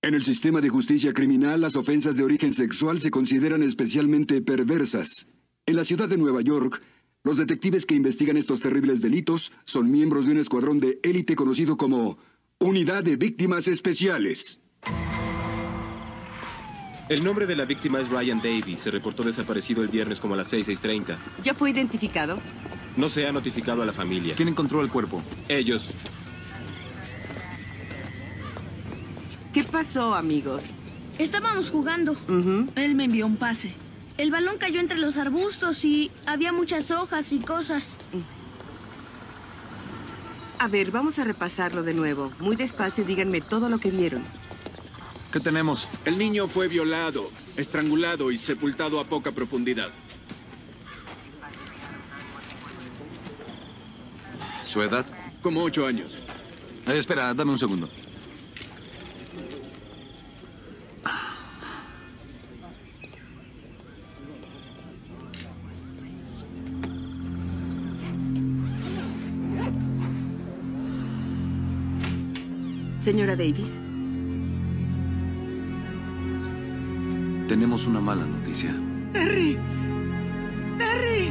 En el sistema de justicia criminal, las ofensas de origen sexual se consideran especialmente perversas. En la ciudad de Nueva York, los detectives que investigan estos terribles delitos son miembros de un escuadrón de élite conocido como Unidad de Víctimas Especiales. El nombre de la víctima es Ryan Davis. Se reportó desaparecido el viernes como a las 6:30. ¿Ya fue identificado? No se ha notificado a la familia. ¿Quién encontró el cuerpo? Ellos. ¿Qué pasó, amigos? Estábamos jugando. Él me envió un pase. El balón cayó entre los arbustos y había muchas hojas y cosas. A ver, vamos a repasarlo de nuevo. Muy despacio, díganme todo lo que vieron. ¿Qué tenemos? El niño fue violado, estrangulado y sepultado a poca profundidad. ¿Su edad? Como 8 años. Espera, dame un segundo. Señora Davis. Tenemos una mala noticia. ¡Terry! ¡Terry!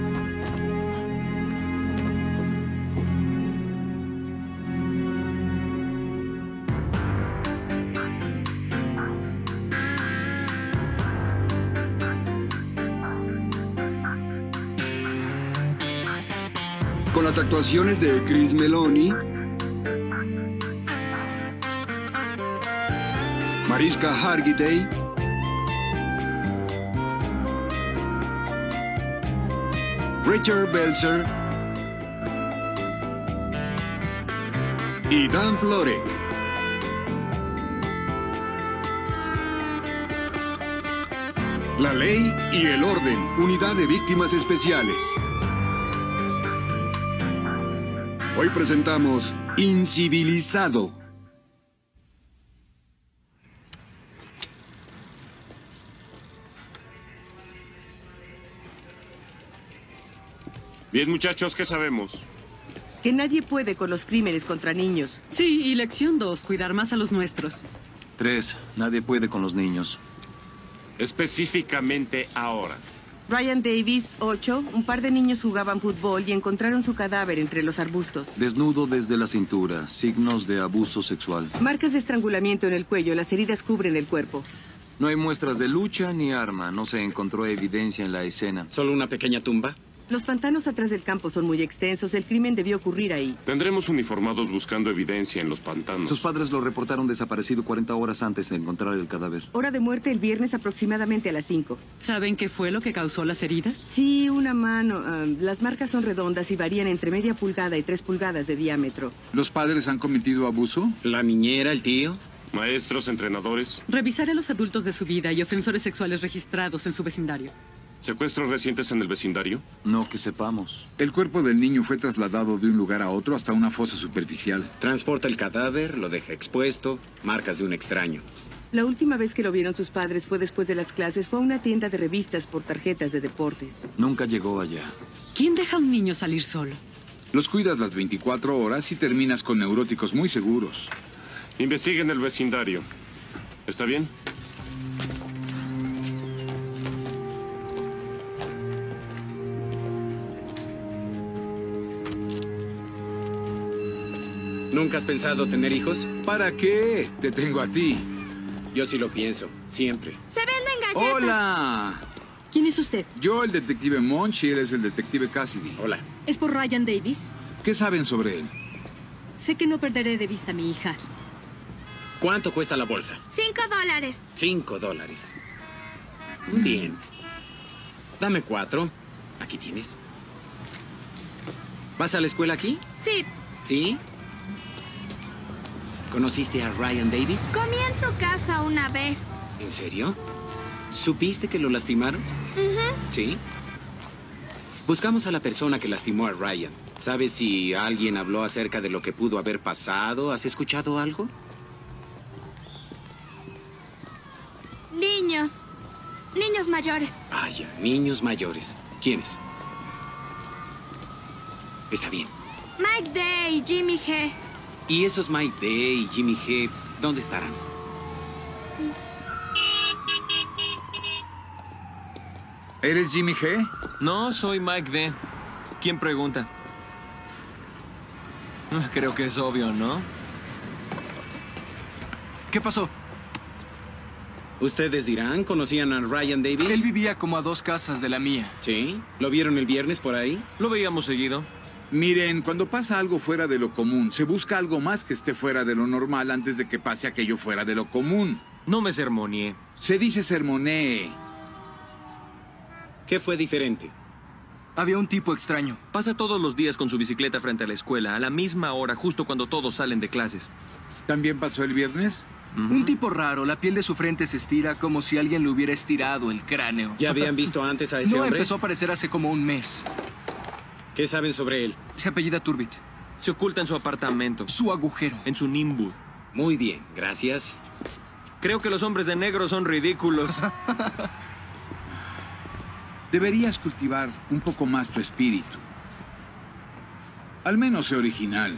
Con las actuaciones de Chris Meloni, Mariska Hargitay, Richard Belzer y Dan Florek. La ley y el orden, Unidad de Víctimas Especiales. Hoy presentamos Incivilizado. Bien, muchachos, ¿qué sabemos? Que nadie puede con los crímenes contra niños. Sí, y lección 2, cuidar más a los nuestros. 3. Nadie puede con los niños. Específicamente ahora. Ryan Davis, 8. Un par de niños jugaban fútbol y encontraron su cadáver entre los arbustos. Desnudo desde la cintura. Signos de abuso sexual. Marcas de estrangulamiento en el cuello. Las heridas cubren el cuerpo. No hay muestras de lucha ni arma. No se encontró evidencia en la escena. ¿Solo una pequeña tumba? Los pantanos atrás del campo son muy extensos. El crimen debió ocurrir ahí. Tendremos uniformados buscando evidencia en los pantanos. Sus padres lo reportaron desaparecido 40 horas antes de encontrar el cadáver. Hora de muerte el viernes aproximadamente a las 5. ¿Saben qué fue lo que causó las heridas? Sí, una mano. Las marcas son redondas y varían entre media pulgada y 3 pulgadas de diámetro. ¿Los padres han cometido abuso? ¿La niñera, el tío? Maestros, entrenadores. Revisaré a los adultos de su vida y ofensores sexuales registrados en su vecindario. ¿Secuestros recientes en el vecindario? No que sepamos. El cuerpo del niño fue trasladado de un lugar a otro hasta una fosa superficial. Transporta el cadáver, lo deja expuesto, marcas de un extraño. La última vez que lo vieron sus padres fue después de las clases. Fue a una tienda de revistas por tarjetas de deportes. Nunca llegó allá. ¿Quién deja a un niño salir solo? Los cuidas las 24 horas y terminas con neuróticos muy seguros. Investiguen el vecindario. ¿Está bien? ¿Nunca has pensado tener hijos? ¿Para qué? Te tengo a ti. Yo sí lo pienso, siempre. ¡Se venden galletas! ¡Hola! ¿Quién es usted? Yo, el detective Monch, y él es el detective Cassidy. Hola. ¿Es por Ryan Davis? ¿Qué saben sobre él? Sé que no perderé de vista a mi hija. ¿Cuánto cuesta la bolsa? $5. $5. Bien. Dame 4. Aquí tienes. ¿Vas a la escuela aquí? Sí, ¿Sí? ¿Conociste a Ryan Davis? comí en su casa una vez. ¿En serio? ¿Supiste que lo lastimaron? ¿Sí? Buscamos a la persona que lastimó a Ryan. ¿Sabes si alguien habló acerca de lo que pudo haber pasado? ¿Has escuchado algo? Niños. Niños mayores. Vaya, niños mayores. ¿Quiénes? Está bien. Mike Day y Jimmy G. ¿Y esos Mike Day y Jimmy G, dónde estarán? ¿Eres Jimmy G? No, soy Mike D. ¿Quién pregunta? Creo que es obvio, ¿no? ¿Qué pasó? ¿Ustedes dirán? ¿Conocían a Ryan Davis? Él vivía como a 2 casas de la mía. ¿Sí? ¿Lo vieron el viernes por ahí? Lo veíamos seguido. Miren, cuando pasa algo fuera de lo común, se busca algo más que esté fuera de lo normal antes de que pase aquello fuera de lo común. No me sermoneé. Se dice sermonee. ¿Qué fue diferente? Había un tipo extraño. Pasa todos los días con su bicicleta frente a la escuela, a la misma hora, justo cuando todos salen de clases. ¿También pasó el viernes? Un tipo raro, la piel de su frente se estira como si alguien le hubiera estirado el cráneo. ¿Ya habían visto antes a ese No, hombre? empezó a aparecer hace como un mes. ¿Qué saben sobre él? Se apellida Turbit. Se oculta en su apartamento. Su agujero. En su nimbu. Muy bien, gracias. Creo que los hombres de negro son ridículos. Deberías cultivar un poco más tu espíritu. Al menos sé original.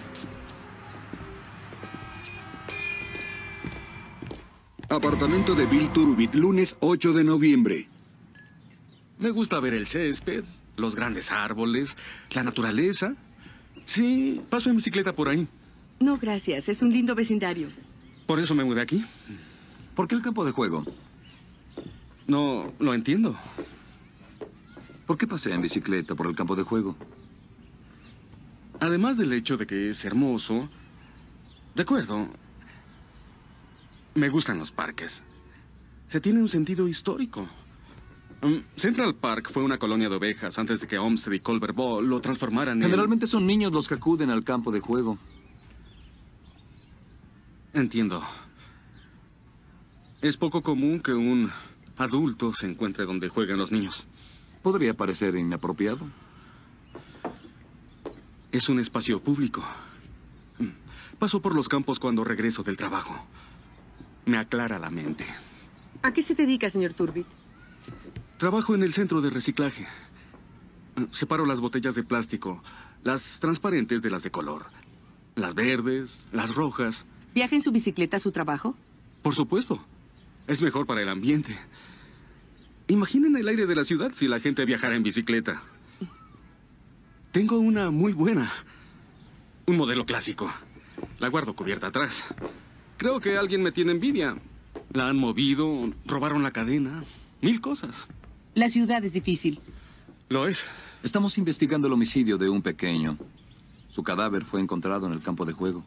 Apartamento de Bill Turbit, lunes 8 de noviembre. Me gusta ver el césped, los grandes árboles, la naturaleza. Sí, paso en bicicleta por ahí. No, gracias. Es un lindo vecindario. Por eso me mudé aquí. ¿Por qué el campo de juego? No lo entiendo. ¿Por qué pasea en bicicleta por el campo de juego? Además del hecho de que es hermoso... De acuerdo. Me gustan los parques. Se tiene un sentido histórico. Central Park fue una colonia de ovejas antes de que Olmsted y Culver Ball lo transformaran en... Generalmente son niños los que acuden al campo de juego. Entiendo. Es poco común que un adulto se encuentre donde juegan los niños. Podría parecer inapropiado. Es un espacio público. Paso por los campos cuando regreso del trabajo. Me aclara la mente. ¿A qué se dedica, señor Turbit? Trabajo en el centro de reciclaje. Separo las botellas de plástico, las transparentes de las de color, las verdes, las rojas. ¿Viaja en su bicicleta a su trabajo? Por supuesto. Es mejor para el ambiente. Imaginen el aire de la ciudad si la gente viajara en bicicleta. Tengo una muy buena. Un modelo clásico. La guardo cubierta atrás. Creo que alguien me tiene envidia. La han movido, robaron la cadena, 1000 cosas. La ciudad es difícil. Lo es. Estamos investigando el homicidio de un pequeño. Su cadáver fue encontrado en el campo de juego.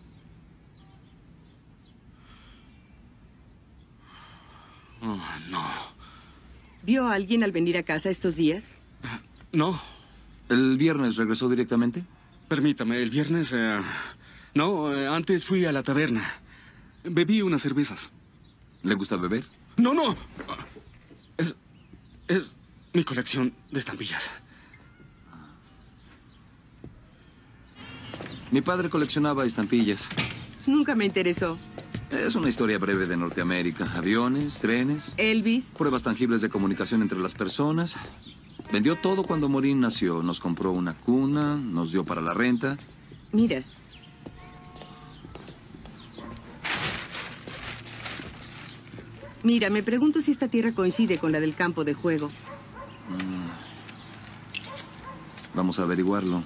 Oh, no. ¿Vio a alguien al venir a casa estos días? No. ¿El viernes regresó directamente? Permítame, el viernes... No, antes fui a la taberna. Bebí unas cervezas. ¿Le gusta beber? No, no. Es mi colección de estampillas. Mi padre coleccionaba estampillas. Nunca me interesó. Es una historia breve de Norteamérica. Aviones, trenes. Elvis. Pruebas tangibles de comunicación entre las personas. Vendió todo cuando Maureen nació. Nos compró una cuna, nos dio para la renta. Mira. Mira, me pregunto si esta tierra coincide con la del campo de juego. Vamos a averiguarlo.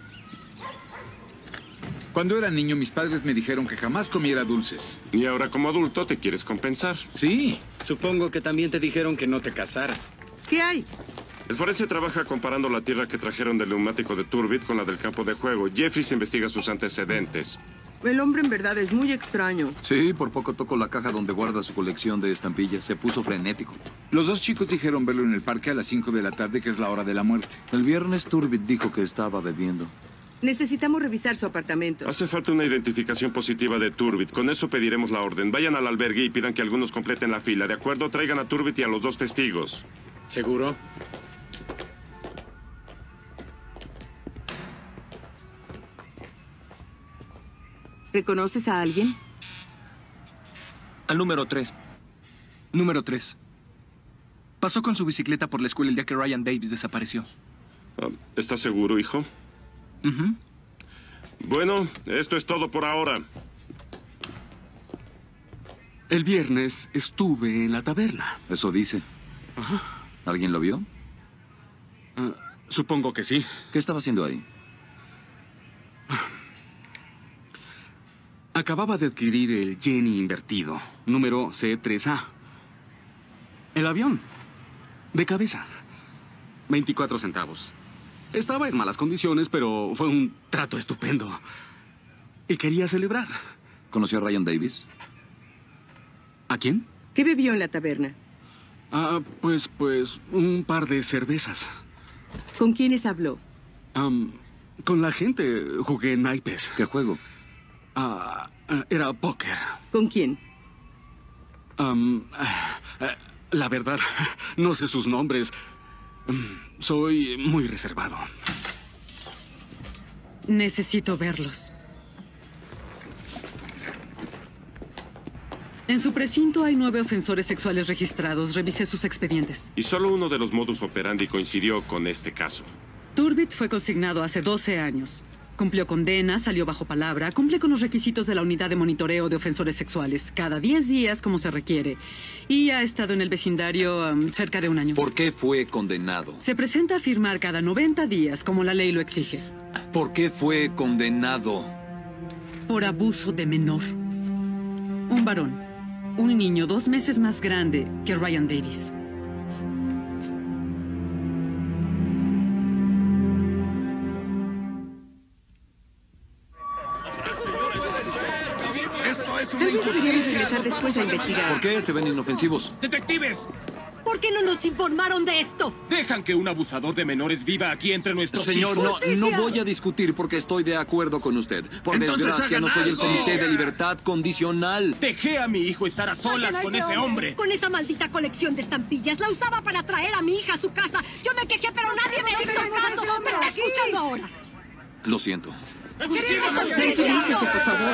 Cuando era niño, mis padres me dijeron que jamás comiera dulces. Y ahora como adulto te quieres compensar. Sí. Supongo que también te dijeron que no te casaras. ¿Qué hay? El forense trabaja comparando la tierra que trajeron del neumático de Turbit con la del campo de juego. Jeffries investiga sus antecedentes. El hombre en verdad es muy extraño. Sí, por poco tocó la caja donde guarda su colección de estampillas. Se puso frenético. Los 2 chicos dijeron verlo en el parque a las 5 de la tarde, que es la hora de la muerte. El viernes Turbit dijo que estaba bebiendo. Necesitamos revisar su apartamento. Hace falta una identificación positiva de Turbit. Con eso pediremos la orden. Vayan al albergue y pidan que algunos completen la fila. ¿De acuerdo? Traigan a Turbit y a los 2 testigos. ¿Seguro? ¿Reconoces a alguien? Al número 3. Número 3. Pasó con su bicicleta por la escuela el día que Ryan Davis desapareció. ¿Estás seguro, hijo? Bueno, esto es todo por ahora. El viernes estuve en la taberna. Eso dice. Ajá. ¿Alguien lo vio? Supongo que sí. ¿Qué estaba haciendo ahí? Acababa de adquirir el Jenny invertido, número C3A. El avión. De cabeza. 24 centavos. Estaba en malas condiciones, pero fue un trato estupendo. Y quería celebrar. ¿Conoció a Ryan Davis? ¿A quién? ¿Qué bebió en la taberna? Pues, un par de cervezas. ¿Con quiénes habló? Con la gente jugué naipes. ¿Qué juego? Era póker. ¿Con quién? La verdad, no sé sus nombres. Soy muy reservado. Necesito verlos. En su precinto hay 9 ofensores sexuales registrados. Revisé sus expedientes. Y solo uno de los modus operandi coincidió con este caso. Turbit fue consignado hace 12 años. Cumplió condena, salió bajo palabra, cumple con los requisitos de la unidad de monitoreo de ofensores sexuales cada 10 días como se requiere. Y ha estado en el vecindario cerca de un año. ¿Por qué fue condenado? Se presenta a firmar cada 90 días como la ley lo exige. ¿Por qué fue condenado? Por abuso de menor. Un varón. Un niño 2 meses más grande que Ryan Davis. Tal vez deberíamos regresar después a investigar. ¿Por qué se ven inofensivos? ¡Detectives! ¿Por qué no nos informaron de esto? Dejan que un abusador de menores viva aquí entre nuestros Señor, hijos. no voy a discutir porque estoy de acuerdo con usted. Por Entonces desgracia, no hagan soy el algo. Comité de Libertad Condicional. Dejé a mi hijo estar a solas con ese hombre. Con esa maldita colección de estampillas. La usaba para traer a mi hija a su casa. Yo me quejé, pero nadie me hizo caso. ¿Me está escuchando ahora? Lo siento. Tranquilícese, por favor.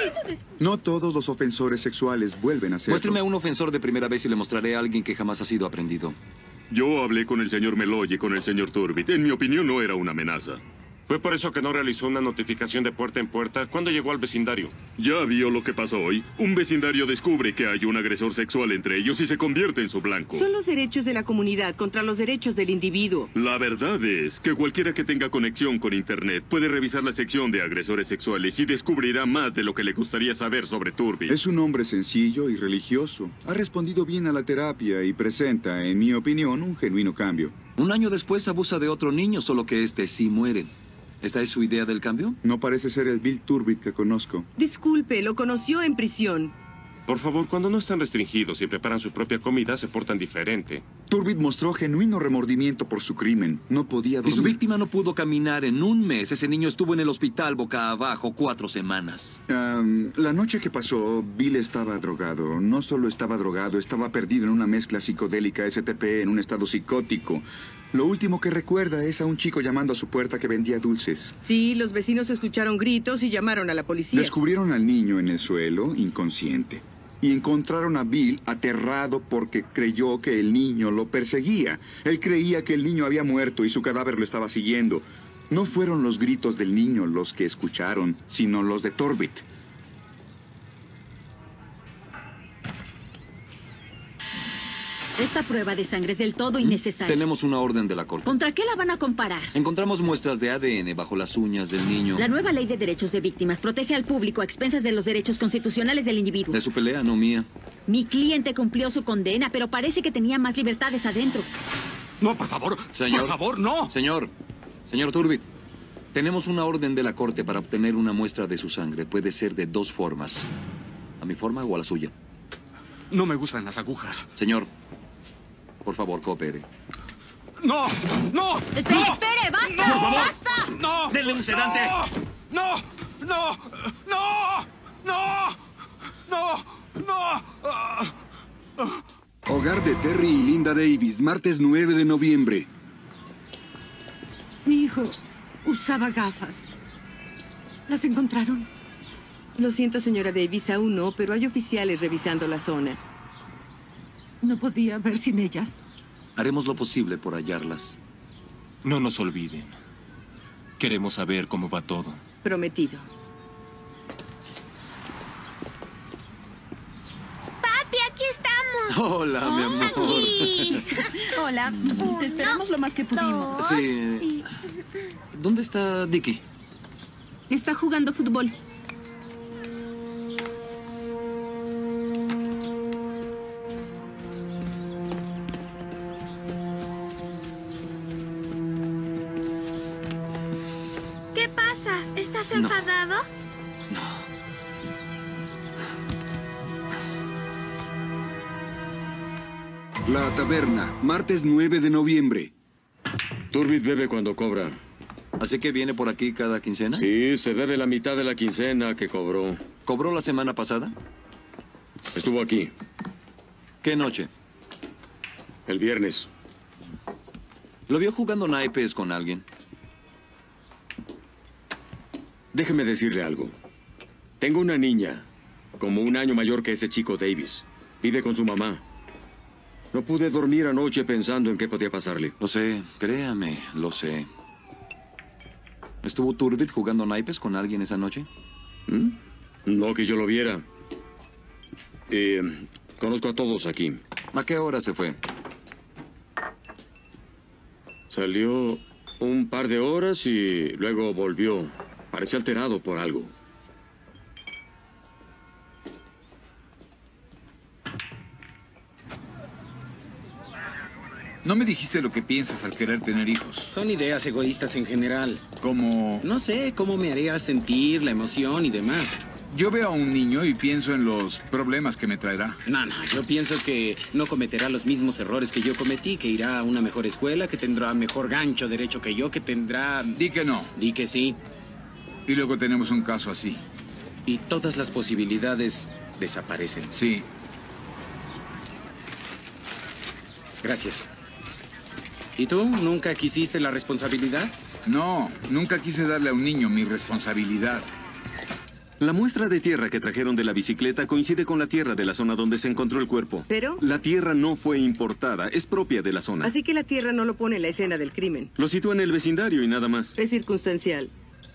No todos los ofensores sexuales vuelven a ser. Muéstreme a un ofensor de primera vez y le mostraré a alguien que jamás ha sido aprendido. Yo hablé con el señor Meloy y con el señor Turbit. En mi opinión, no era una amenaza. ¿Fue por eso que no realizó una notificación de puerta en puerta? ¿Cuándo llegó al vecindario? ¿Ya vio lo que pasó hoy? Un vecindario descubre que hay un agresor sexual entre ellos y se convierte en su blanco. Son los derechos de la comunidad contra los derechos del individuo. La verdad es que cualquiera que tenga conexión con Internet puede revisar la sección de agresores sexuales y descubrirá más de lo que le gustaría saber sobre Turbit. Es un hombre sencillo y religioso. Ha respondido bien a la terapia y presenta, en mi opinión, un genuino cambio. Un año después abusa de otro niño, solo que este sí muere. ¿Esta es su idea del cambio? No parece ser el Bill Turbit que conozco. Disculpe, lo conoció en prisión. Por favor, cuando no están restringidos y preparan su propia comida, se portan diferente. Turbit mostró genuino remordimiento por su crimen. No podía dormir. Y su víctima no pudo caminar en un mes. Ese niño estuvo en el hospital boca abajo 4 semanas. La noche que pasó, Bill estaba drogado. No solo estaba drogado, estaba perdido en una mezcla psicodélica STP en un estado psicótico. Lo último que recuerda es a un chico llamando a su puerta que vendía dulces. Sí, los vecinos escucharon gritos y llamaron a la policía. Descubrieron al niño en el suelo, inconsciente. Y encontraron a Bill aterrado porque creyó que el niño lo perseguía. Él creía que el niño había muerto y su cadáver lo estaba siguiendo. No fueron los gritos del niño los que escucharon, sino los de Turbit. Esta prueba de sangre es del todo innecesaria. Tenemos una orden de la corte. ¿Contra qué la van a comparar? Encontramos muestras de ADN bajo las uñas del niño. La nueva ley de derechos de víctimas protege al público a expensas de los derechos constitucionales del individuo. De su pelea, no mía. Mi cliente cumplió su condena, pero parece que tenía más libertades adentro. No, por favor. Señor. Por favor, no. Señor Turbit, tenemos una orden de la corte para obtener una muestra de su sangre. Puede ser de 2 formas. ¿A mi forma o a la suya? No me gustan las agujas. Señor, por favor, coopere. ¡No! ¡No! ¡Espere, no, espere! ¡Basta! ¡Por favor! ¡Basta! ¡No! ¡Denle un sedante! ¡No! ¡No! ¡No! ¡No! ¡No! ¡No! Hogar de Terry y Linda Davis, martes 9 de noviembre. Mi hijo usaba gafas. ¿Las encontraron? Lo siento, señora Davis, aún no, pero hay oficiales revisando la zona. No podía ver sin ellas. Haremos lo posible por hallarlas. No nos olviden. Queremos saber cómo va todo. Prometido. Hola, mi amor. Hola, te esperamos lo más que pudimos. Sí. ¿Dónde está Dicky? Está jugando fútbol. ¿Qué pasa? ¿Estás enfadado? La taberna, martes 9 de noviembre. Turbid bebe cuando cobra. ¿Así que viene por aquí cada quincena? Sí, se bebe la mitad de la quincena que cobró. ¿Cobró la semana pasada? Estuvo aquí. ¿Qué noche? El viernes. ¿Lo vio jugando naipes con alguien? Déjeme decirle algo. Tengo una niña, como un año mayor que ese chico Davis. Vive con su mamá. No pude dormir anoche pensando en qué podía pasarle. Lo sé, créame, lo sé. ¿Estuvo Turbid jugando naipes con alguien esa noche? No que yo lo viera. Conozco a todos aquí. ¿A qué hora se fue? Salió un par de horas y luego volvió. Parece alterado por algo. No me dijiste lo que piensas al querer tener hijos. Son ideas egoístas en general. Como... No sé, cómo me haría sentir, la emoción y demás. Yo veo a un niño y pienso en los problemas que me traerá. No, yo pienso que no cometerá los mismos errores que yo cometí, que irá a una mejor escuela, que tendrá mejor gancho derecho que yo, que tendrá... Di que no. Di que sí. Y luego tenemos un caso así. Y todas las posibilidades desaparecen. Sí. Gracias. ¿Y tú? ¿Nunca quisiste la responsabilidad? No, nunca quise darle a un niño mi responsabilidad. La muestra de tierra que trajeron de la bicicleta coincide con la tierra de la zona donde se encontró el cuerpo. ¿Pero? La tierra no fue importada, es propia de la zona. Así que la tierra no lo pone en la escena del crimen. Lo sitúa en el vecindario y nada más. Es circunstancial.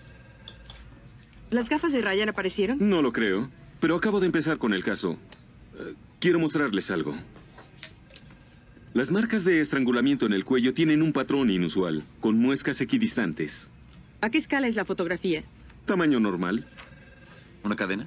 ¿Las gafas de Ryan aparecieron? No lo creo, pero acabo de empezar con el caso. Quiero mostrarles algo. Las marcas de estrangulamiento en el cuello tienen un patrón inusual, con muescas equidistantes. ¿A qué escala es la fotografía? Tamaño normal. ¿Una cadena?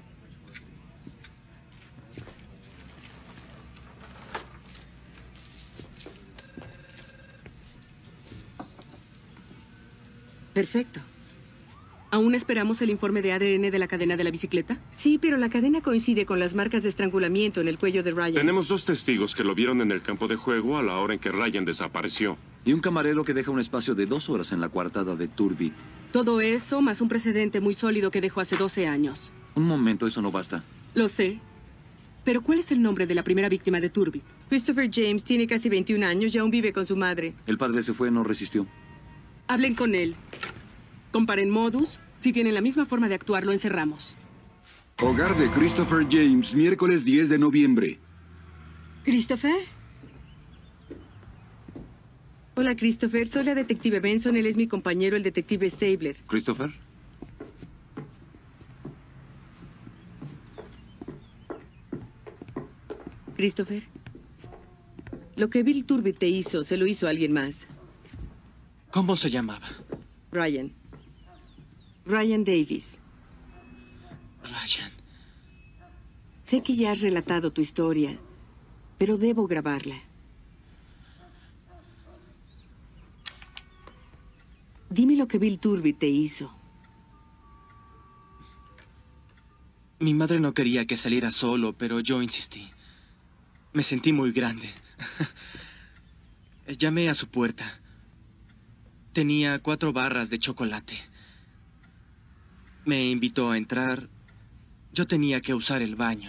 Perfecto. ¿Aún esperamos el informe de ADN de la cadena de la bicicleta? Sí, pero la cadena coincide con las marcas de estrangulamiento en el cuello de Ryan. Tenemos 2 testigos que lo vieron en el campo de juego a la hora en que Ryan desapareció. Y un camarero que deja un espacio de 2 horas en la coartada de Turbid. Todo eso, más un precedente muy sólido que dejó hace 12 años. Un momento, eso no basta. Lo sé. Pero ¿cuál es el nombre de la primera víctima de Turbid? Christopher James tiene casi 21 años y aún vive con su madre. El padre se fue, no resistió. Hablen con él. Comparen modus. Si tienen la misma forma de actuar, lo encerramos. Hogar de Christopher James, miércoles 10 de noviembre. ¿Christopher? Hola, Christopher. Soy la detective Benson. Él es mi compañero, el detective Stabler. ¿Christopher? Christopher, lo que Bill Turbid te hizo, se lo hizo a alguien más. ¿Cómo se llamaba? Ryan. Ryan Davis. Ryan. Sé que ya has relatado tu historia, pero debo grabarla. Dime lo que Bill Turbid te hizo. Mi madre no quería que saliera solo, pero yo insistí. Me sentí muy grande. Llamé a su puerta. Tenía 4 barras de chocolate. Me invitó a entrar. Yo tenía que usar el baño.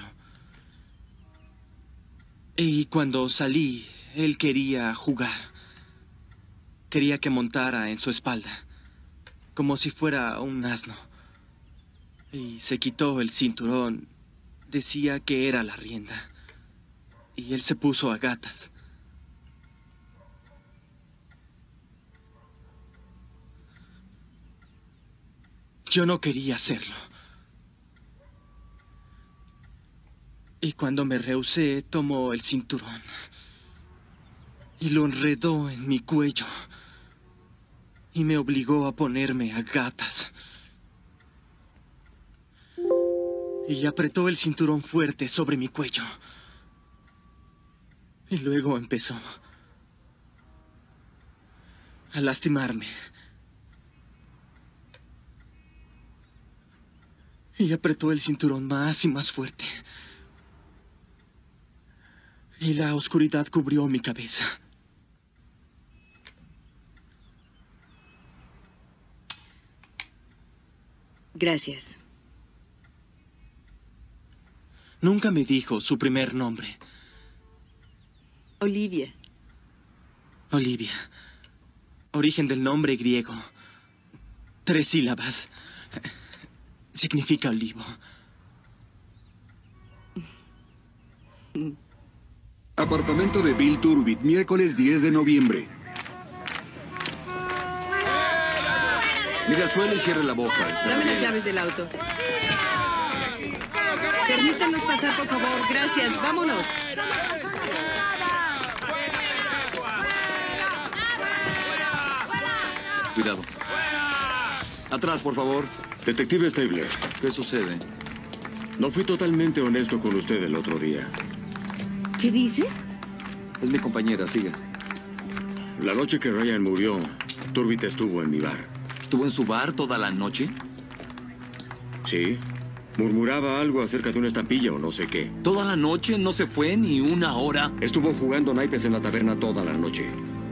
Y cuando salí, él quería jugar. Quería que montara en su espalda, como si fuera un asno. Y se quitó el cinturón. Decía que era la rienda. Y él se puso a gatas. Yo no quería hacerlo. Y cuando me rehusé, tomó el cinturón y lo enredó en mi cuello y me obligó a ponerme a gatas. Y apretó el cinturón fuerte sobre mi cuello. Y luego empezó a lastimarme. Y apretó el cinturón más y más fuerte. Y la oscuridad cubrió mi cabeza. Gracias. Nunca me dijo su primer nombre. Olivia. Olivia. Origen del nombre griego. 3 sílabas. Significa olivo. Apartamento de Bill Turbit, miércoles 10 de noviembre. Mire al suelo y cierre la boca. Dame las llaves del auto. Permítanos pasar, por favor. Gracias. Vámonos. Cuidado. Atrás, por favor. Detective Stabler. ¿Qué sucede? No fui totalmente honesto con usted el otro día. ¿Qué dice? Es mi compañera, sigue. La noche que Ryan murió, Turbit estuvo en mi bar. ¿Estuvo en su bar toda la noche? Sí. Murmuraba algo acerca de una estampilla o no sé qué. ¿Toda la noche? ¿No se fue ni una hora? Estuvo jugando naipes en la taberna toda la noche.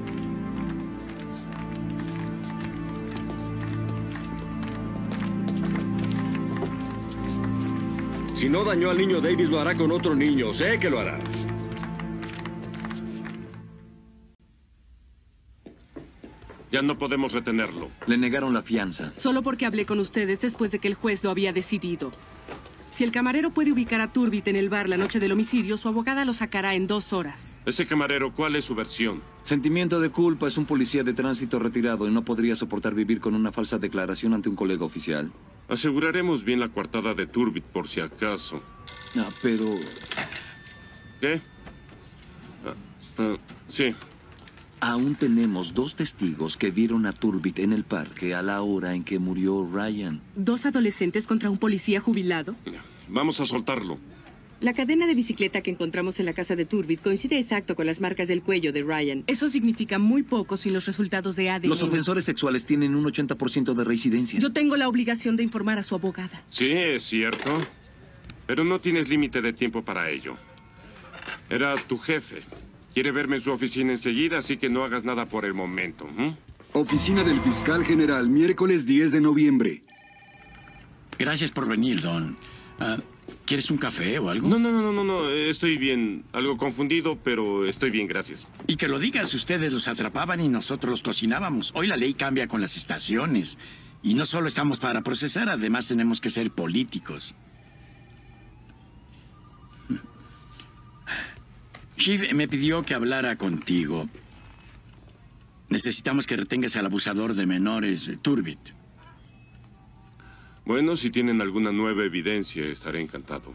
Si no dañó al niño Davis, lo hará con otro niño. Sé que lo hará. Ya no podemos retenerlo. Le negaron la fianza. Solo porque hablé con ustedes después de que el juez lo había decidido. Si el camarero puede ubicar a Turbit en el bar la noche del homicidio, su abogada lo sacará en 2 horas. Ese camarero, ¿cuál es su versión? Sentimiento de culpa, es un policía de tránsito retirado y no podría soportar vivir con una falsa declaración ante un colega oficial. Aseguraremos bien la coartada de Turbit por si acaso. Ah, pero... ¿Qué? Sí. Aún tenemos 2 testigos que vieron a Turbit en el parque a la hora en que murió Ryan. 2 adolescentes contra un policía jubilado. Vamos a soltarlo. La cadena de bicicleta que encontramos en la casa de Turbit coincide exacto con las marcas del cuello de Ryan. Eso significa muy poco sin los resultados de ADN. Los ofensores sexuales tienen un 80% de reincidencia. Yo tengo la obligación de informar a su abogada. Sí, es cierto. Pero no tienes límite de tiempo para ello. Era tu jefe. Quiere verme en su oficina enseguida, así que no hagas nada por el momento. Oficina del Fiscal General, miércoles 10 de noviembre. Gracias por venir, Don. ¿Quieres un café o algo? No. Estoy bien. Algo confundido, pero estoy bien, gracias. Y que lo digas, ustedes los atrapaban y nosotros los cocinábamos. Hoy la ley cambia con las estaciones. Y no solo estamos para procesar, además tenemos que ser políticos. Shiv me pidió que hablara contigo. Necesitamos que retengas al abusador de menores, Turbit. Bueno, si tienen alguna nueva evidencia, estaré encantado.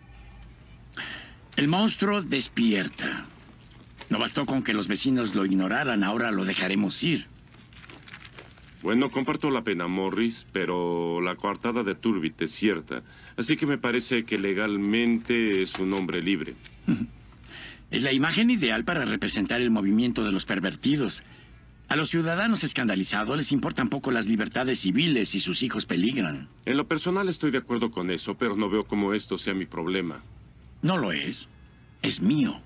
El monstruo despierta. No bastó con que los vecinos lo ignoraran, ahora lo dejaremos ir. Bueno, comparto la pena, Morris, pero la coartada de Turbit es cierta. Así que me parece que legalmente es un hombre libre. Es la imagen ideal para representar el movimiento de los pervertidos. A los ciudadanos escandalizados les importan poco las libertades civiles y sus hijos peligran. En lo personal estoy de acuerdo con eso, pero no veo cómo esto sea mi problema. No lo es. Es mío.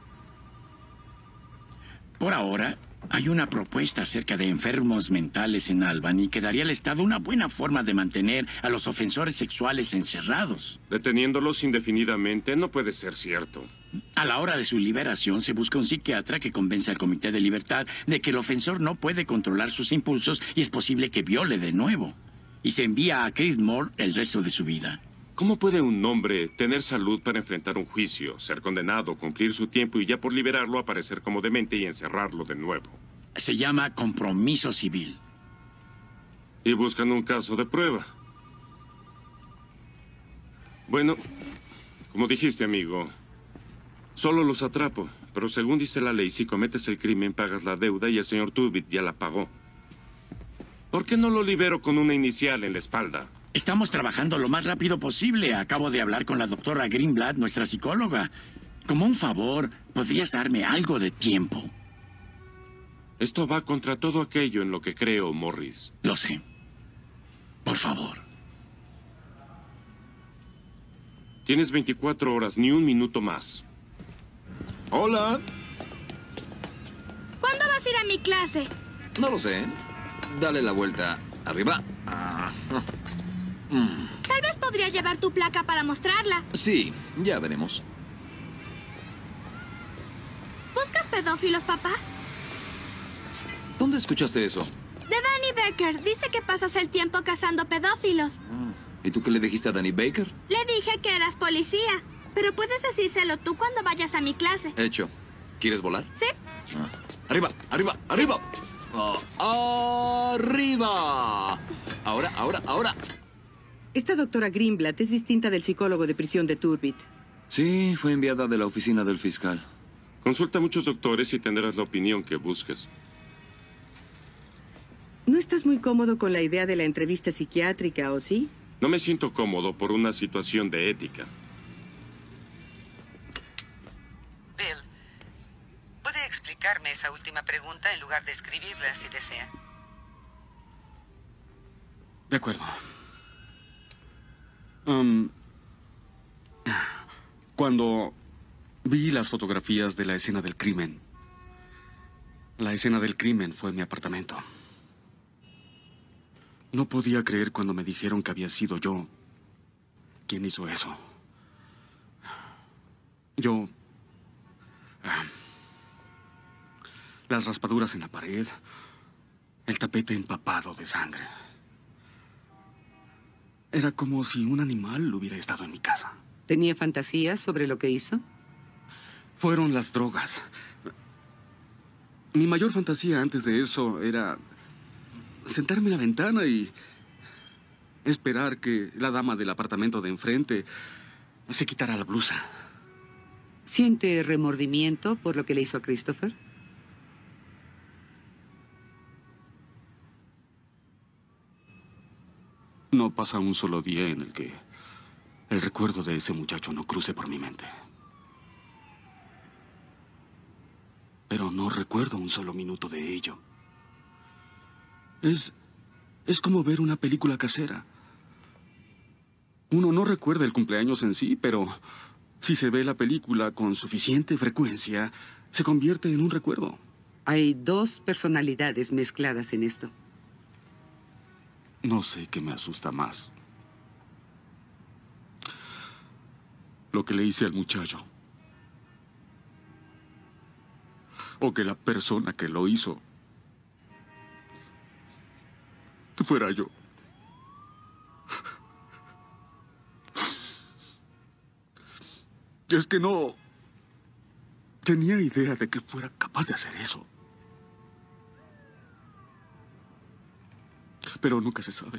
Por ahora, hay una propuesta acerca de enfermos mentales en Albany que daría al Estado una buena forma de mantener a los ofensores sexuales encerrados. Deteniéndolos indefinidamente no puede ser cierto. A la hora de su liberación se busca un psiquiatra que convenza al Comité de Libertad de que el ofensor no puede controlar sus impulsos y es posible que viole de nuevo. Y se envía a Creedmoor el resto de su vida. ¿Cómo puede un hombre tener salud para enfrentar un juicio, ser condenado, cumplir su tiempo y ya por liberarlo aparecer como demente y encerrarlo de nuevo? Se llama compromiso civil. Y buscan un caso de prueba. Bueno, Como dijiste, amigo, solo los atrapo. Pero según dice la ley, si cometes el crimen, pagas la deuda y el señor Turbit ya la pagó. ¿Por qué no lo libero con una inicial en la espalda? Estamos trabajando lo más rápido posible. Acabo de hablar con la doctora Greenblatt, nuestra psicóloga. Como un favor, ¿podrías darme algo de tiempo? Esto va contra todo aquello en lo que creo, Morris. Lo sé. Por favor. Tienes 24 horas, ni un minuto más. Hola. ¿Cuándo vas a ir a mi clase? No lo sé. Dale la vuelta. Arriba. Tal vez podría llevar tu placa para mostrarla. Sí, ya veremos. ¿Buscas pedófilos, papá? ¿Dónde escuchaste eso? De Danny Becker. Dice que pasas el tiempo cazando pedófilos. ¿Y tú qué le dijiste a Danny Baker? Le dije que eras policía. Pero puedes decírselo tú cuando vayas a mi clase. Hecho. ¿Quieres volar? Sí. Arriba, arriba, arriba. ¡Arriba! Ahora. Esta doctora Greenblatt es distinta del psicólogo de prisión de Turbit. Sí, fue enviada de la oficina del fiscal. Consulta a muchos doctores y tendrás la opinión que busques. ¿No estás muy cómodo con la idea de la entrevista psiquiátrica, o sí? No me siento cómodo por una situación de ética. Bill, ¿puede explicarme esa última pregunta en lugar de escribirla si desea? De acuerdo. Cuando vi las fotografías de la escena del crimen, la escena del crimen fue mi apartamento. No podía creer cuando me dijeron que había sido yo quien hizo eso. Las raspaduras en la pared, el tapete empapado de sangre. Era como si un animal hubiera estado en mi casa. ¿Tenía fantasías sobre lo que hizo? Fueron las drogas. Mi mayor fantasía antes de eso era sentarme en la ventana y esperar que la dama del apartamento de enfrente se quitara la blusa. ¿Siente remordimiento por lo que le hizo a Christopher? No pasa un solo día en el que el recuerdo de ese muchacho no cruce por mi mente. Pero no recuerdo un solo minuto de ello. Es como ver una película casera. Uno no recuerda el cumpleaños en sí, pero si se ve la película con suficiente frecuencia, se convierte en un recuerdo. Hay dos personalidades mezcladas en esto. No sé qué me asusta más. Lo que le hice al muchacho. O que la persona que lo hizo fuera yo. Es que no tenía idea de que fuera capaz de hacer eso. Pero nunca se sabe.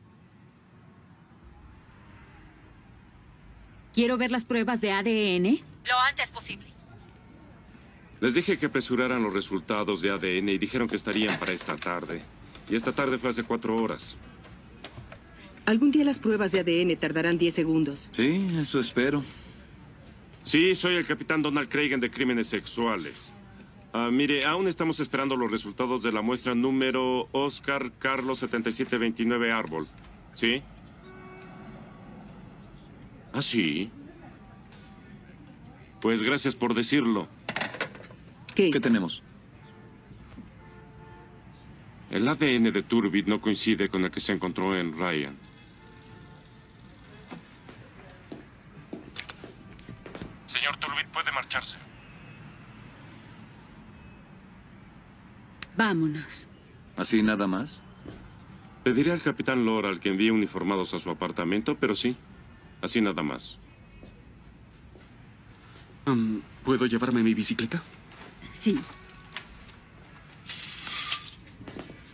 Quiero ver las pruebas de ADN. Lo antes posible. Les dije que apresuraran los resultados de ADN y dijeron que estarían para esta tarde. Y esta tarde fue hace 4 horas. Algún día las pruebas de ADN tardarán 10 segundos. Sí, eso espero. Sí, soy el capitán Donald Cragen de Crímenes Sexuales. Mire, aún estamos esperando los resultados de la muestra número Oscar Carlos 7729 Árbol. ¿Sí? ¿Ah, sí? Pues gracias por decirlo. ¿Qué tenemos? El ADN de Turbit no coincide con el que se encontró en Ryan. Señor Turbit, puede marcharse. Vámonos. ¿Así nada más? Pediré al capitán Laurel que envíe uniformados a su apartamento, pero sí, así nada más. ¿Puedo llevarme mi bicicleta? Sí.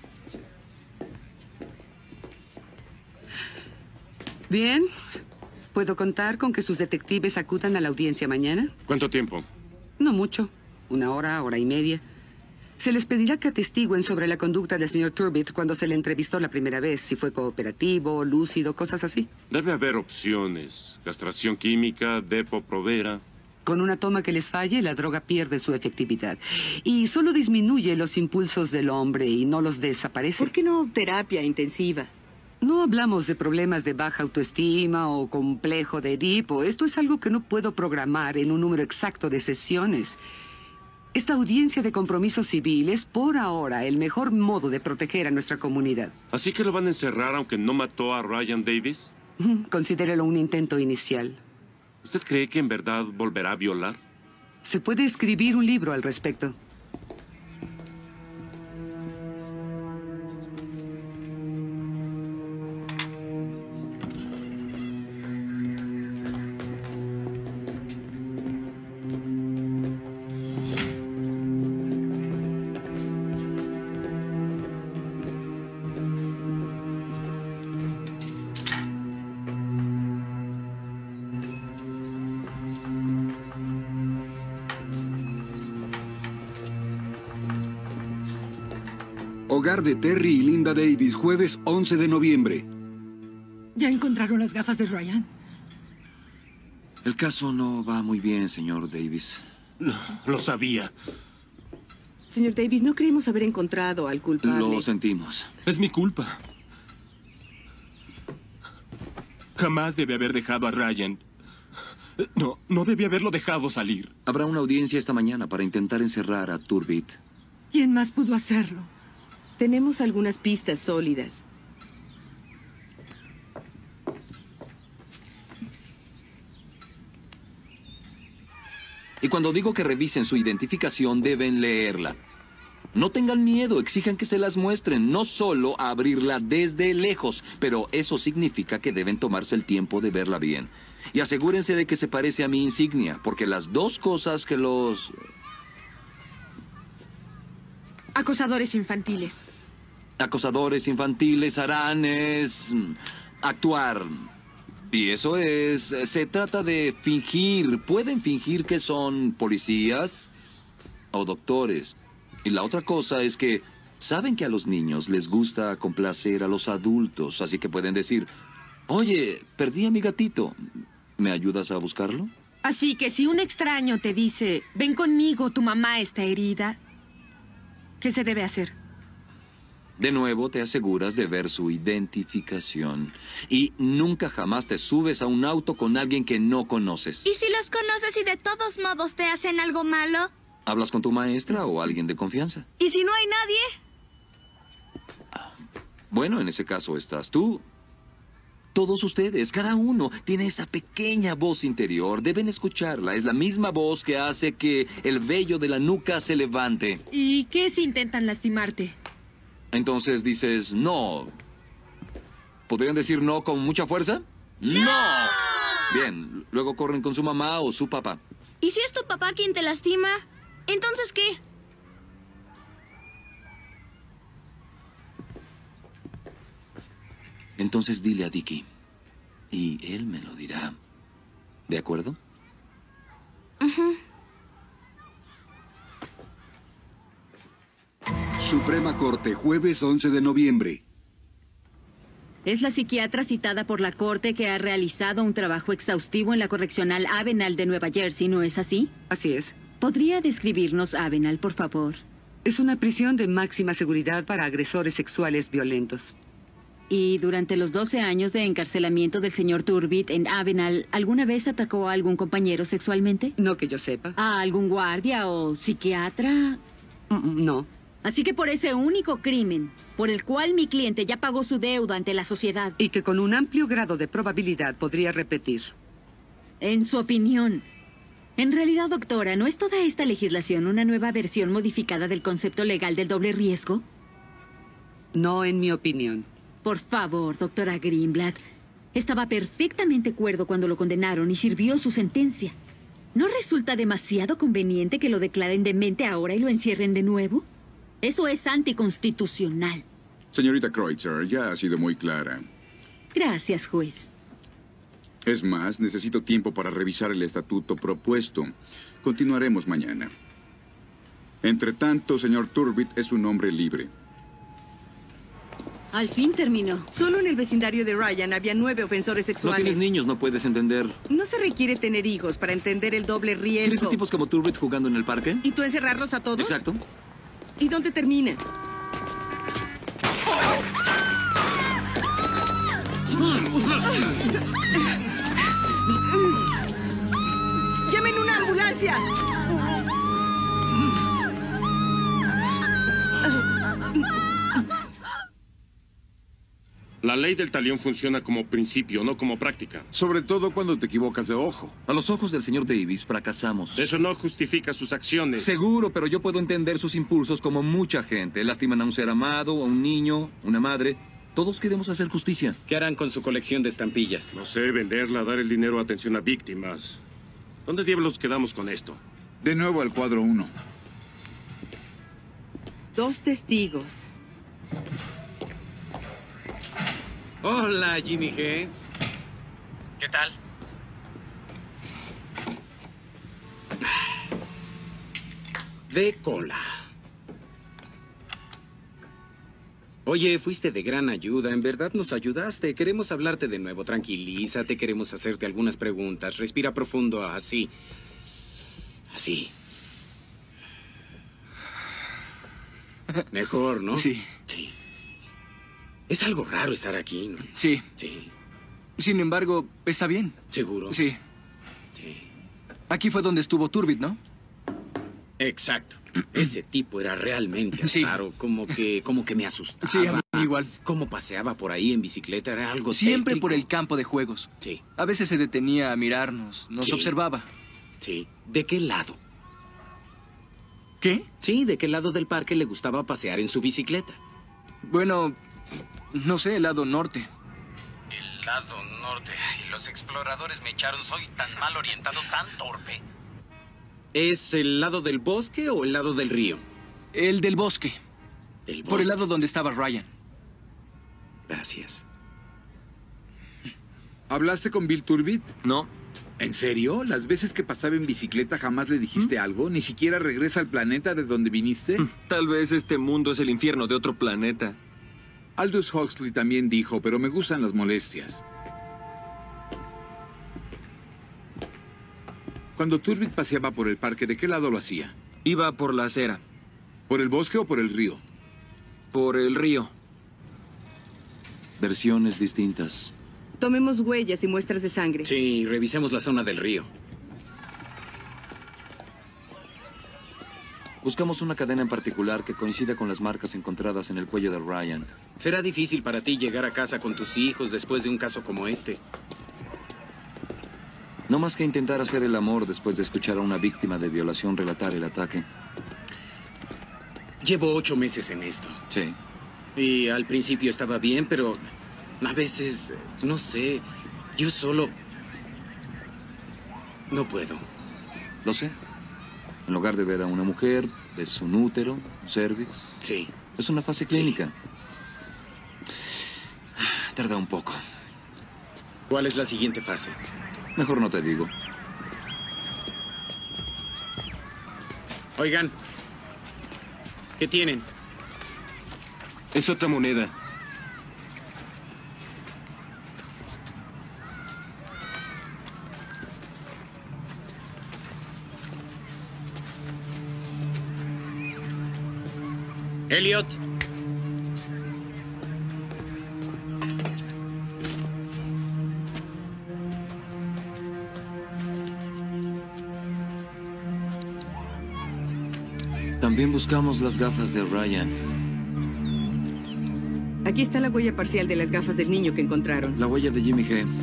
Bien. ¿Puedo contar con que sus detectives acudan a la audiencia mañana? ¿Cuánto tiempo? No mucho. 1 hora, hora y media. Se les pedirá que atestiguen sobre la conducta del señor Turbit cuando se le entrevistó la primera vez, si fue cooperativo, lúcido, cosas así. Debe haber opciones. Castración química, Depo-Provera. Con una toma que les falle, la droga pierde su efectividad. Y solo disminuye los impulsos del hombre y no los desaparece. ¿Por qué no terapia intensiva? No hablamos de problemas de baja autoestima o complejo de Edipo. Esto es algo que no puedo programar en un número exacto de sesiones. Esta audiencia de compromiso civil es por ahora el mejor modo de proteger a nuestra comunidad. ¿Así que lo van a encerrar aunque no mató a Ryan Davis? Considérelo un intento inicial. ¿Usted cree que en verdad volverá a violar? Se puede escribir un libro al respecto. Hogar de Terry y Linda Davis, jueves 11 de noviembre. ¿Ya encontraron las gafas de Ryan? El caso no va muy bien, señor Davis. Lo sabía. Señor Davis, no creemos haber encontrado al culpable. Lo sentimos. Es mi culpa. Jamás debe haber dejado a Ryan. No debí haberlo dejado salir. Habrá una audiencia esta mañana para intentar encerrar a Turbit. ¿Quién más pudo hacerlo? Tenemos algunas pistas sólidas. Y cuando digo que revisen su identificación, deben leerla. No tengan miedo, exijan que se las muestren, no solo abrirla desde lejos, pero eso significa que deben tomarse el tiempo de verla bien. Y asegúrense de que se parece a mi insignia, porque las dos cosas que los... Acosadores infantiles. Acosadores infantiles harán es... actuar. Y eso es... se trata de fingir. Pueden fingir que son policías o doctores. Y la otra cosa es que saben que a los niños les gusta complacer a los adultos, así que pueden decir, oye, perdí a mi gatito, ¿me ayudas a buscarlo? Así que si un extraño te dice, ven conmigo, tu mamá está herida, ¿qué se debe hacer? De nuevo te aseguras de ver su identificación. Y nunca jamás te subes a un auto con alguien que no conoces. ¿Y si los conoces y de todos modos te hacen algo malo? ¿Hablas con tu maestra o alguien de confianza? ¿Y si no hay nadie? Bueno, en ese caso estás tú. Todos ustedes, cada uno, tiene esa pequeña voz interior. Deben escucharla. Es la misma voz que hace que el vello de la nuca se levante. ¿Y qué si intentan lastimarte? Entonces dices, no. ¿Podrían decir no con mucha fuerza? ¡No! Bien, luego corren con su mamá o su papá. ¿Y si es tu papá quien te lastima? ¿Entonces qué? Entonces dile a Dickie. Y él me lo dirá. ¿De acuerdo? Suprema Corte, jueves 11 de noviembre. Es la psiquiatra citada por la corte que ha realizado un trabajo exhaustivo en la correccional Avenal de Nueva Jersey, ¿no es así? Así es. ¿Podría describirnos Avenal, por favor? Es una prisión de máxima seguridad para agresores sexuales violentos. ¿Y durante los 12 años de encarcelamiento del señor Turbit en Avenal, alguna vez atacó a algún compañero sexualmente? No que yo sepa. ¿A algún guardia o psiquiatra? No. Así que por ese único crimen, por el cual mi cliente ya pagó su deuda ante la sociedad. Y que con un amplio grado de probabilidad podría repetir. En su opinión. En realidad, doctora, ¿no es toda esta legislación una nueva versión modificada del concepto legal del doble riesgo? No, en mi opinión. Por favor, doctora Greenblatt. Estaba perfectamente cuerdo cuando lo condenaron y sirvió su sentencia. ¿No resulta demasiado conveniente que lo declaren demente ahora y lo encierren de nuevo? Eso es Es más, necesito tiempo para revisar el estatuto propuesto. Continuaremos mañana. Entre tanto, señor Turbit es un hombre libre. Al fin terminó. Solo en el vecindario de Ryan había 9 ofensores No sexuales. tienes niños, no puedes entender. No se requiere tener hijos para entender el doble riesgo. ¿Quieres a tipos como Turbit jugando en el parque? ¿Y tú encerrarlos a todos? Exacto. ¿Y dónde termina? ¡Llamen una ambulancia! La ley del talión funciona como principio, no como práctica. Sobre todo cuando te equivocas de ojo. A los ojos del señor Davis, fracasamos. Eso no justifica sus acciones. Seguro, pero yo puedo entender sus impulsos como mucha gente. Lastiman a un ser amado, a un niño, una madre. Todos queremos hacer justicia. ¿Qué harán con su colección de estampillas? No sé, venderla, dar el dinero a atención a víctimas. ¿Dónde diablos quedamos con esto? De nuevo al cuadro 1. 2 testigos. Hola, Jimmy G. ¿Qué tal? De cola. Oye, fuiste de gran ayuda. En verdad nos ayudaste. Queremos hablarte de nuevo. Tranquilízate. Queremos hacerte algunas preguntas. Respira profundo. Así. Así. Mejor, ¿no? Sí. Sí. Es algo raro estar aquí, ¿no? Sí. Sí. Sin embargo, está bien. ¿Seguro? Sí. Sí. Aquí fue donde estuvo Turbit, ¿no? Exacto. Ese tipo era realmente raro. Como que me asustaba. Sí, a mí igual. Cómo paseaba por ahí en bicicleta era algo Siempre tétrico. por el campo de juegos. Sí. A veces se detenía a mirarnos, nos Sí. observaba. Sí. ¿De qué lado? ¿Qué? Sí, ¿de qué lado del parque le gustaba pasear en su bicicleta? Bueno, no sé, el lado norte. El lado norte. Y los exploradores me echaron. Soy tan mal orientado, tan torpe. ¿Es el lado del bosque o el lado del río? El del bosque. ¿El bosque? Por el lado donde estaba Ryan. Gracias. ¿Hablaste con Bill Turbit? No. ¿En serio? ¿Las veces que pasaba en bicicleta jamás le dijiste algo? ¿Ni siquiera regresa al planeta de donde viniste? Tal vez este mundo es el infierno de otro planeta. Aldous Huxley también dijo, pero me gustan las molestias. Cuando Turbit paseaba por el parque, ¿de qué lado lo hacía? Iba por la acera. ¿Por el bosque o por el río? Por el río. Versiones distintas. Tomemos huellas y muestras de sangre. Sí, revisemos la zona del río. Buscamos una cadena en particular que coincida con las marcas encontradas en el cuello de Ryan. Será difícil para ti llegar a casa con tus hijos después de un caso como este. No más que intentar hacer el amor después de escuchar a una víctima de violación relatar el ataque. Llevo 8 meses en esto. Sí. Y al principio estaba bien, pero a veces, no sé, yo solo no puedo. Lo sé. En lugar de ver a una mujer, ves un útero, un cervix. Sí. Es una fase clínica. Tarda un poco. ¿Cuál es la siguiente fase? Mejor no te digo. Oigan, ¿qué tienen? Es otra moneda. Elliot. También buscamos las gafas de Ryan. Aquí está la huella parcial de las gafas del niño que encontraron. La huella de Jimmy G.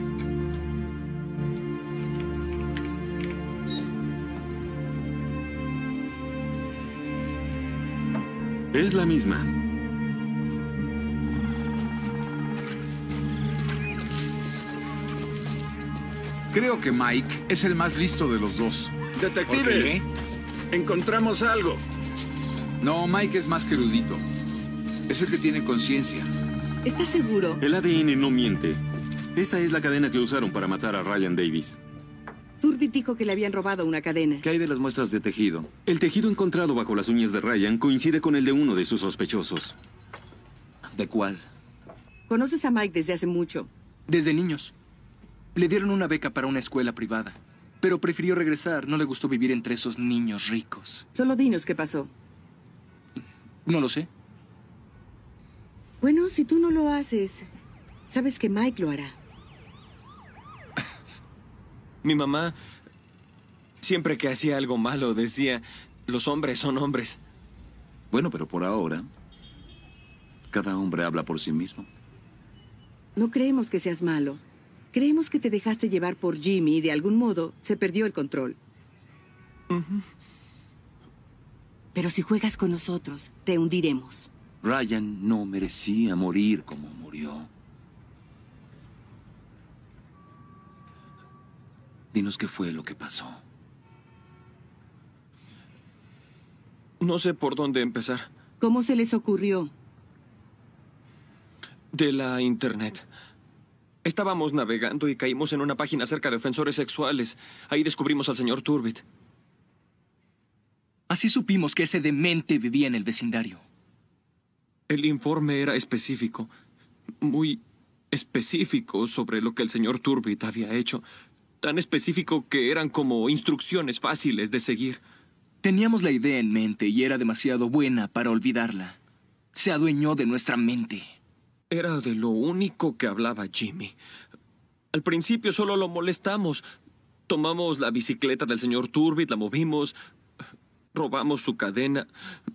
Es la misma. Creo que Mike es el más listo de los dos. Detectives, encontramos algo. No, Mike es más que erudito. Es el que tiene conciencia. ¿Estás seguro? El ADN no miente. Esta es la cadena que usaron para matar a Ryan Davis. Turbit dijo que le habían robado una cadena. ¿Qué hay de las muestras de tejido? El tejido encontrado bajo las uñas de Ryan coincide con el de uno de sus sospechosos. ¿De cuál? ¿Conoces a Mike desde hace mucho? Desde niños. Le dieron una beca para una escuela privada, pero prefirió regresar. No le gustó vivir entre esos niños ricos. Solo dinos qué pasó. No lo sé. Bueno, si tú no lo haces, sabes que Mike lo hará. Mi mamá, siempre que hacía algo malo, decía, los hombres son hombres. Bueno, pero por ahora, cada hombre habla por sí mismo. No creemos que seas malo. Creemos que te dejaste llevar por Jimmy y de algún modo se perdió el control. Pero si juegas con nosotros, te hundiremos. Ryan no merecía morir como murió. Dinos qué fue lo que pasó. No sé por dónde empezar. ¿Cómo se les ocurrió? De la internet. Estábamos navegando y caímos en una página acerca de ofensores sexuales. Ahí descubrimos al señor Turbit. Así supimos que ese demente vivía en el vecindario. El informe era específico, muy específico sobre lo que el señor Turbit había hecho. Tan específico que eran como instrucciones fáciles de seguir. Teníamos la idea en mente y era demasiado buena para olvidarla. Se adueñó de nuestra mente. Era de lo único que hablaba Jimmy. Al principio solo lo molestamos. Tomamos la bicicleta del señor Turbit, la movimos, robamos su cadena.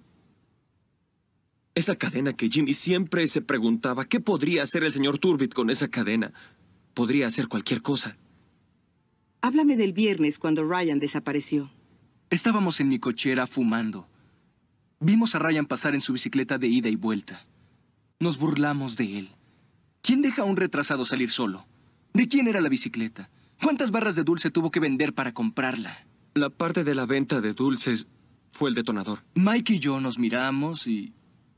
Esa cadena que Jimmy siempre se preguntaba, ¿qué podría hacer el señor Turbit con esa cadena? Podría hacer cualquier cosa. Háblame del viernes cuando Ryan desapareció. Estábamos en mi cochera fumando. Vimos a Ryan pasar en su bicicleta de ida y vuelta. Nos burlamos de él. ¿Quién deja a un retrasado salir solo? ¿De quién era la bicicleta? ¿Cuántas barras de dulce tuvo que vender para comprarla? La parte de la venta de dulces fue el detonador. Mike y yo nos miramos y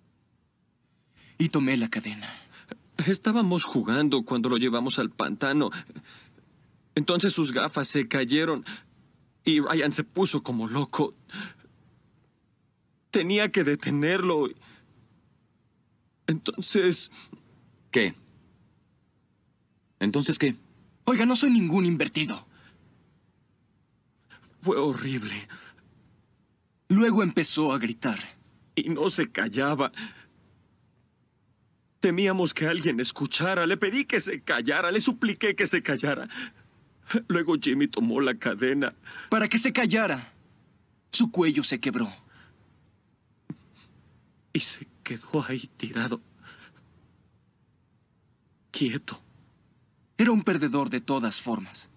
tomé la cadena. Estábamos jugando cuando lo llevamos al pantano. Entonces sus gafas se cayeron y Ryan se puso como loco. Tenía que detenerlo. Entonces... ¿Qué? ¿Entonces qué? Oiga, no soy ningún invertido. Fue horrible. Luego empezó a gritar. Y no se callaba. Temíamos que alguien escuchara. Le pedí que se callara. Le supliqué que se callara. Luego Jimmy tomó la cadena. Para que se callara. Su cuello se quebró. Y se quedó ahí tirado. Quieto. Era un perdedor de todas formas.